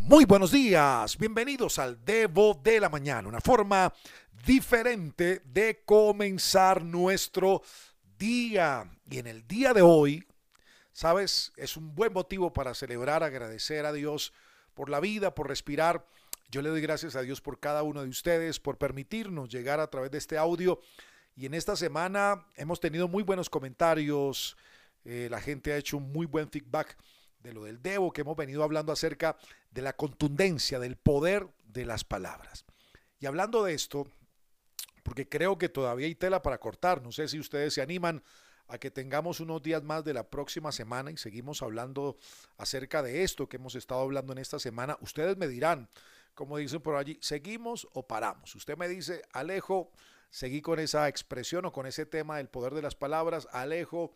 Muy buenos días, bienvenidos al Devo de la Mañana, una forma diferente de comenzar nuestro día. Y en el día de hoy, sabes, es un buen motivo para celebrar, agradecer a Dios por la vida, por respirar. Yo le doy gracias a Dios por cada uno de ustedes, por permitirnos llegar a través de este audio. Y en esta semana hemos tenido muy buenos comentarios, la gente ha hecho un muy buen feedback de lo del Devo, que hemos venido hablando acerca de la contundencia, del poder de las palabras. Y hablando de esto, porque creo que todavía hay tela para cortar, no sé si ustedes se animan a que tengamos unos días más de la próxima semana y seguimos hablando acerca de esto que hemos estado hablando en esta semana. Ustedes me dirán, como dicen por allí, ¿seguimos o paramos? Usted me dice, Alejo, seguí con esa expresión o con ese tema del poder de las palabras. Alejo,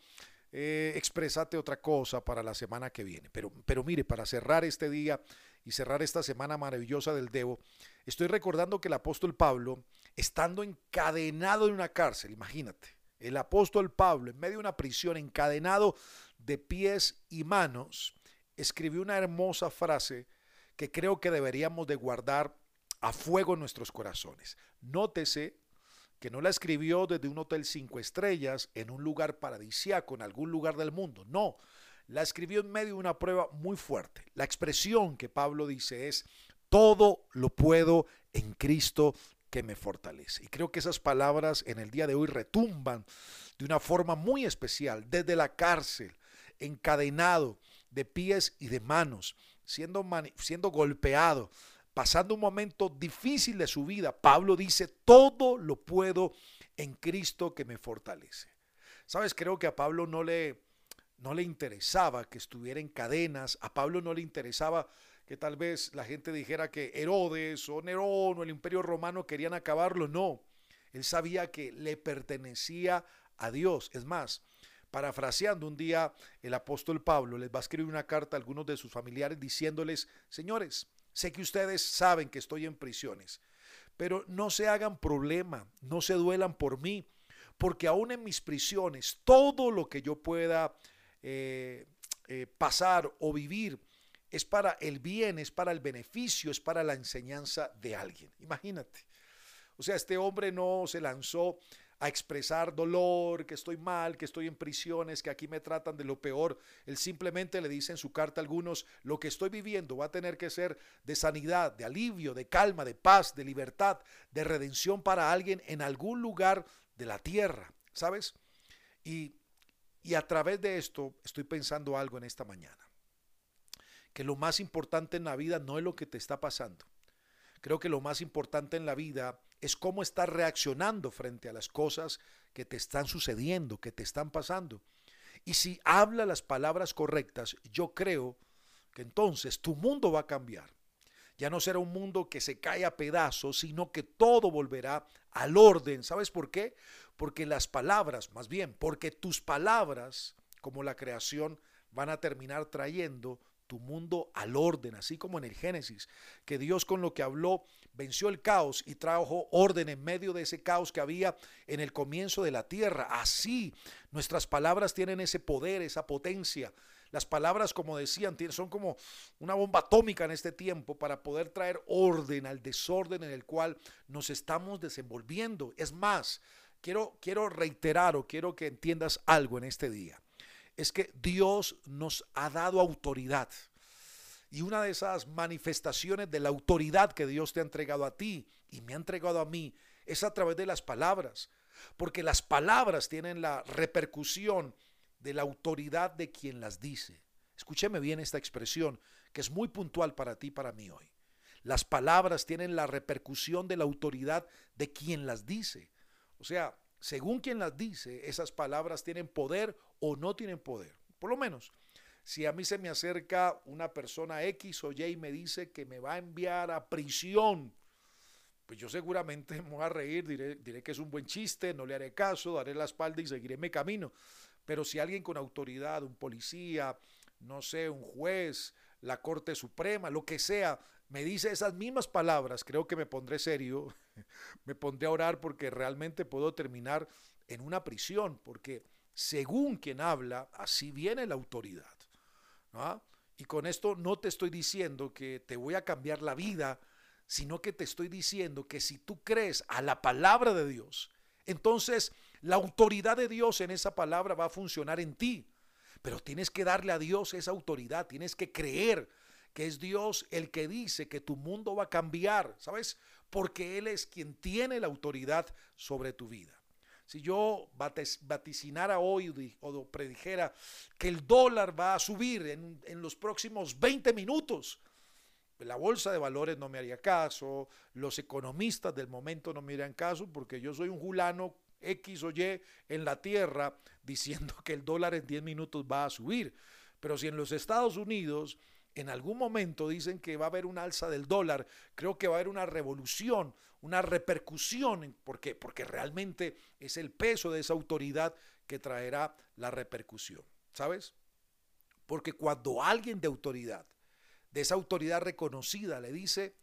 expresate otra cosa para la semana que viene. Pero mire, para cerrar este día y cerrar esta semana maravillosa del Devo, estoy recordando que el apóstol Pablo, estando encadenado en una cárcel, imagínate, el apóstol Pablo en medio de una prisión, encadenado de pies y manos, escribió una hermosa frase que creo que deberíamos de guardar a fuego en nuestros corazones. Nótese que no la escribió desde un hotel 5 estrellas en un lugar paradisíaco, en algún lugar del mundo. No, la escribió en medio de una prueba muy fuerte. La expresión que Pablo dice es, todo lo puedo en Cristo que me fortalece. Y creo que esas palabras en el día de hoy retumban de una forma muy especial, desde la cárcel, encadenado de pies y de manos, siendo golpeado, pasando un momento difícil de su vida. Pablo dice, todo lo puedo en Cristo que me fortalece. Sabes, creo que a Pablo no le interesaba que estuviera en cadenas, a Pablo no le interesaba que tal vez la gente dijera que Herodes o Nerón o el Imperio Romano querían acabarlo. No, él sabía que le pertenecía a Dios. Es más, parafraseando, un día el apóstol Pablo les va a escribir una carta a algunos de sus familiares diciéndoles, señores, sé que ustedes saben que estoy en prisiones, pero no se hagan problema, no se duelan por mí, porque aún en mis prisiones, todo lo que yo pueda pasar o vivir es para el bien, es para el beneficio, es para la enseñanza de alguien. Imagínate. O sea, este hombre no se lanzó a expresar dolor, que estoy mal, que estoy en prisiones, que aquí me tratan de lo peor. Él simplemente le dice en su carta a algunos, lo que estoy viviendo va a tener que ser de sanidad, de alivio, de calma, de paz, de libertad, de redención para alguien en algún lugar de la tierra, ¿sabes? Y, y a través de esto estoy pensando algo en esta mañana, que lo más importante en la vida no es lo que te está pasando. Creo que lo más importante en la vida es cómo estás reaccionando frente a las cosas que te están sucediendo, que te están pasando. Y si habla las palabras correctas, yo creo que entonces tu mundo va a cambiar. Ya no será un mundo que se cae a pedazos, sino que todo volverá al orden. ¿Sabes por qué? Porque las palabras, más bien, porque tus palabras, como la creación, van a terminar trayendo tu mundo al orden, así como en el Génesis, que Dios con lo que habló venció el caos y trajo orden en medio de ese caos que había en el comienzo de la tierra. Así nuestras palabras tienen ese poder, esa potencia. Las palabras, como decían, son como una bomba atómica en este tiempo para poder traer orden al desorden en el cual nos estamos desenvolviendo. Es más, quiero reiterar o quiero que entiendas algo en este día. Es que Dios nos ha dado autoridad. Y una de esas manifestaciones de la autoridad que Dios te ha entregado a ti y me ha entregado a mí es a través de las palabras. Porque las palabras tienen la repercusión de la autoridad de quien las dice. Escúcheme bien esta expresión que es muy puntual para ti y para mí hoy. Las palabras tienen la repercusión de la autoridad de quien las dice. O sea, según quien las dice, esas palabras tienen poder o no tienen poder. Por lo menos, si a mí se me acerca una persona X o Y y me dice que me va a enviar a prisión, pues yo seguramente me voy a reír, diré que es un buen chiste, no le haré caso, daré la espalda y seguiré mi camino. Pero si alguien con autoridad, un policía, no sé, un juez, la Corte Suprema, lo que sea, me dice esas mismas palabras, creo que me pondré serio, me pondré a orar porque realmente puedo terminar en una prisión, porque según quien habla, así viene la autoridad, ¿no? Y con esto no te estoy diciendo que te voy a cambiar la vida, sino que te estoy diciendo que si tú crees a la palabra de Dios, entonces la autoridad de Dios en esa palabra va a funcionar en ti. Pero tienes que darle a Dios esa autoridad, tienes que creer que es Dios el que dice que tu mundo va a cambiar, ¿sabes? Porque Él es quien tiene la autoridad sobre tu vida. Si yo vaticinara hoy o predijera que el dólar va a subir en los próximos 20 minutos, la bolsa de valores no me haría caso, los economistas del momento no me harían caso, porque yo soy un fulano X o Y en la tierra diciendo que el dólar en 10 minutos va a subir. Pero si en los Estados Unidos en algún momento dicen que va a haber un alza del dólar, creo que va a haber una revolución, una repercusión. ¿Por qué? Porque realmente es el peso de esa autoridad que traerá la repercusión, ¿sabes? Porque cuando alguien de autoridad, de esa autoridad reconocida, le dice,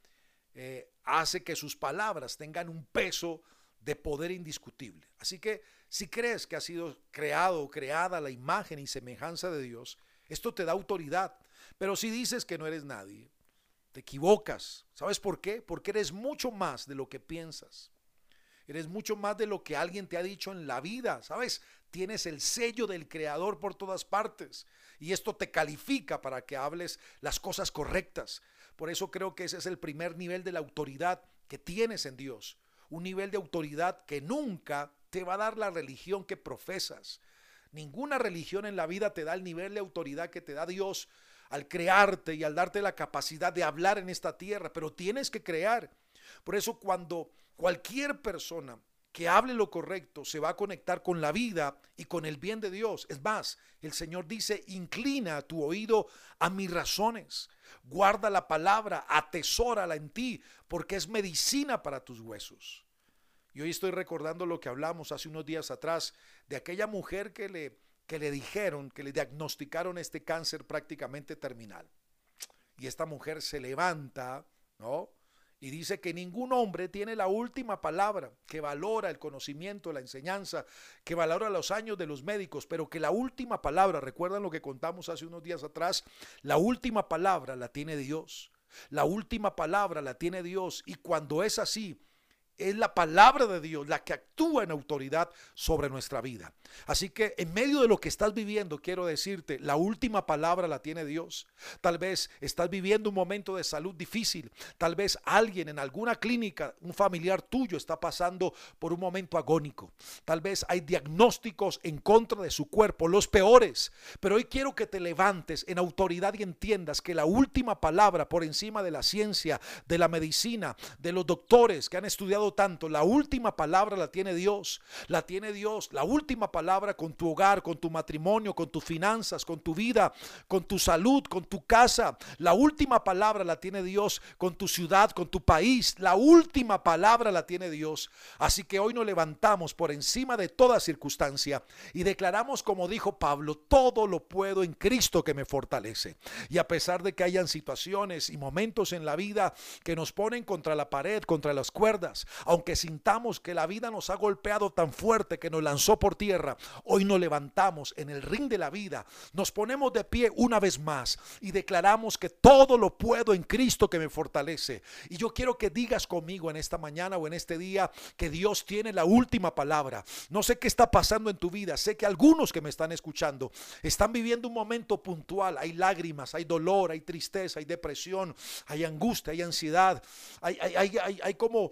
hace que sus palabras tengan un peso de poder indiscutible. Así que si crees que ha sido creado o creada la imagen y semejanza de Dios, esto te da autoridad. Pero si dices que no eres nadie, te equivocas. ¿Sabes por qué? Porque eres mucho más de lo que piensas. Eres mucho más de lo que alguien te ha dicho en la vida, ¿sabes? Tienes el sello del Creador por todas partes y esto te califica para que hables las cosas correctas. Por eso creo que ese es el primer nivel de la autoridad que tienes en Dios. Un nivel de autoridad que nunca te va a dar la religión que profesas. Ninguna religión en la vida te da el nivel de autoridad que te da Dios al crearte y al darte la capacidad de hablar en esta tierra, pero tienes que crear. Por eso cuando cualquier persona que hable lo correcto se va a conectar con la vida y con el bien de Dios. Es más, el Señor dice, inclina tu oído a mis razones, guarda la palabra, atesórala en ti, porque es medicina para tus huesos. Y hoy estoy recordando lo que hablamos hace unos días atrás de aquella mujer que le dijeron, que le diagnosticaron este cáncer prácticamente terminal. Y esta mujer se levanta, ¿no? Y dice que ningún hombre tiene la última palabra, que valora el conocimiento, la enseñanza, que valora los años de los médicos, pero que la última palabra, recuerdan lo que contamos hace unos días atrás, la última palabra la tiene Dios. La última palabra la tiene Dios, y cuando es así, es la palabra de Dios la que actúa en autoridad sobre nuestra vida. Así que en medio de lo que estás viviendo, quiero decirte, la última palabra la tiene Dios. Tal vez estás viviendo un momento de salud difícil. Tal vez alguien en alguna clínica, un familiar tuyo, está pasando por un momento agónico. Tal vez hay diagnósticos en contra de su cuerpo, los peores. Pero hoy quiero que te levantes en autoridad y entiendas que la última palabra por encima de la ciencia, de la medicina, de los doctores que han estudiado tanto, la última palabra la tiene Dios, la tiene Dios. La última palabra con tu hogar, con tu matrimonio, con tus finanzas, con tu vida, con tu salud, con tu casa. La última palabra la tiene Dios con tu ciudad, con tu país. La última palabra la tiene Dios. Así que hoy nos levantamos por encima de toda circunstancia y declaramos, como dijo Pablo, todo lo puedo en Cristo que me fortalece. Y a pesar de que hayan situaciones y momentos en la vida que nos ponen contra la pared, contra las cuerdas, aunque sintamos que la vida nos ha golpeado tan fuerte que nos lanzó por tierra, hoy nos levantamos en el ring de la vida, nos ponemos de pie una vez más y declaramos que todo lo puedo en Cristo que me fortalece. Y yo quiero que digas conmigo en esta mañana o en este día que Dios tiene la última palabra. No sé qué está pasando en tu vida, sé que algunos que me están escuchando están viviendo un momento puntual, hay lágrimas, hay dolor, hay tristeza, hay depresión, hay angustia, hay ansiedad, hay como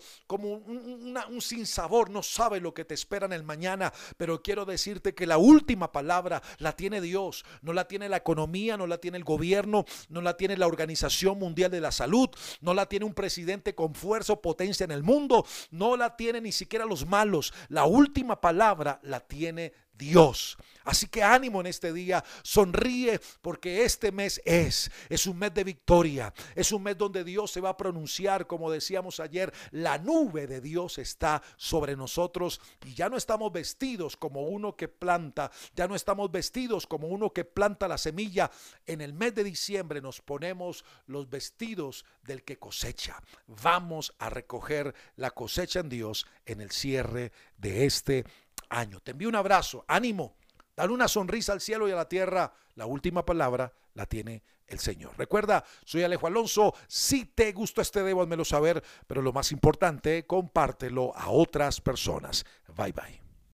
un sinsabor, no sabes lo que te espera en el mañana, pero quiero decirte que la última palabra la tiene Dios, no la tiene la economía, no la tiene el gobierno, no la tiene la Organización Mundial de la Salud, no la tiene un presidente con fuerza o potencia en el mundo, no la tiene ni siquiera los malos, la última palabra la tiene Dios. Así que ánimo en este día, sonríe porque este mes es un mes de victoria, es un mes donde Dios se va a pronunciar, como decíamos ayer, la nube de Dios está sobre nosotros y ya no estamos vestidos como uno que planta, ya no estamos vestidos como uno que planta la semilla. En el mes de diciembre nos ponemos los vestidos del que cosecha. Vamos a recoger la cosecha en Dios en el cierre de este año. Te envío un abrazo, ánimo, dale una sonrisa al cielo y a la tierra. La última palabra la tiene el Señor. Recuerda, soy Alejo Alonso. Si te gustó este video, házmelo saber, pero lo más importante, compártelo a otras personas. Bye bye.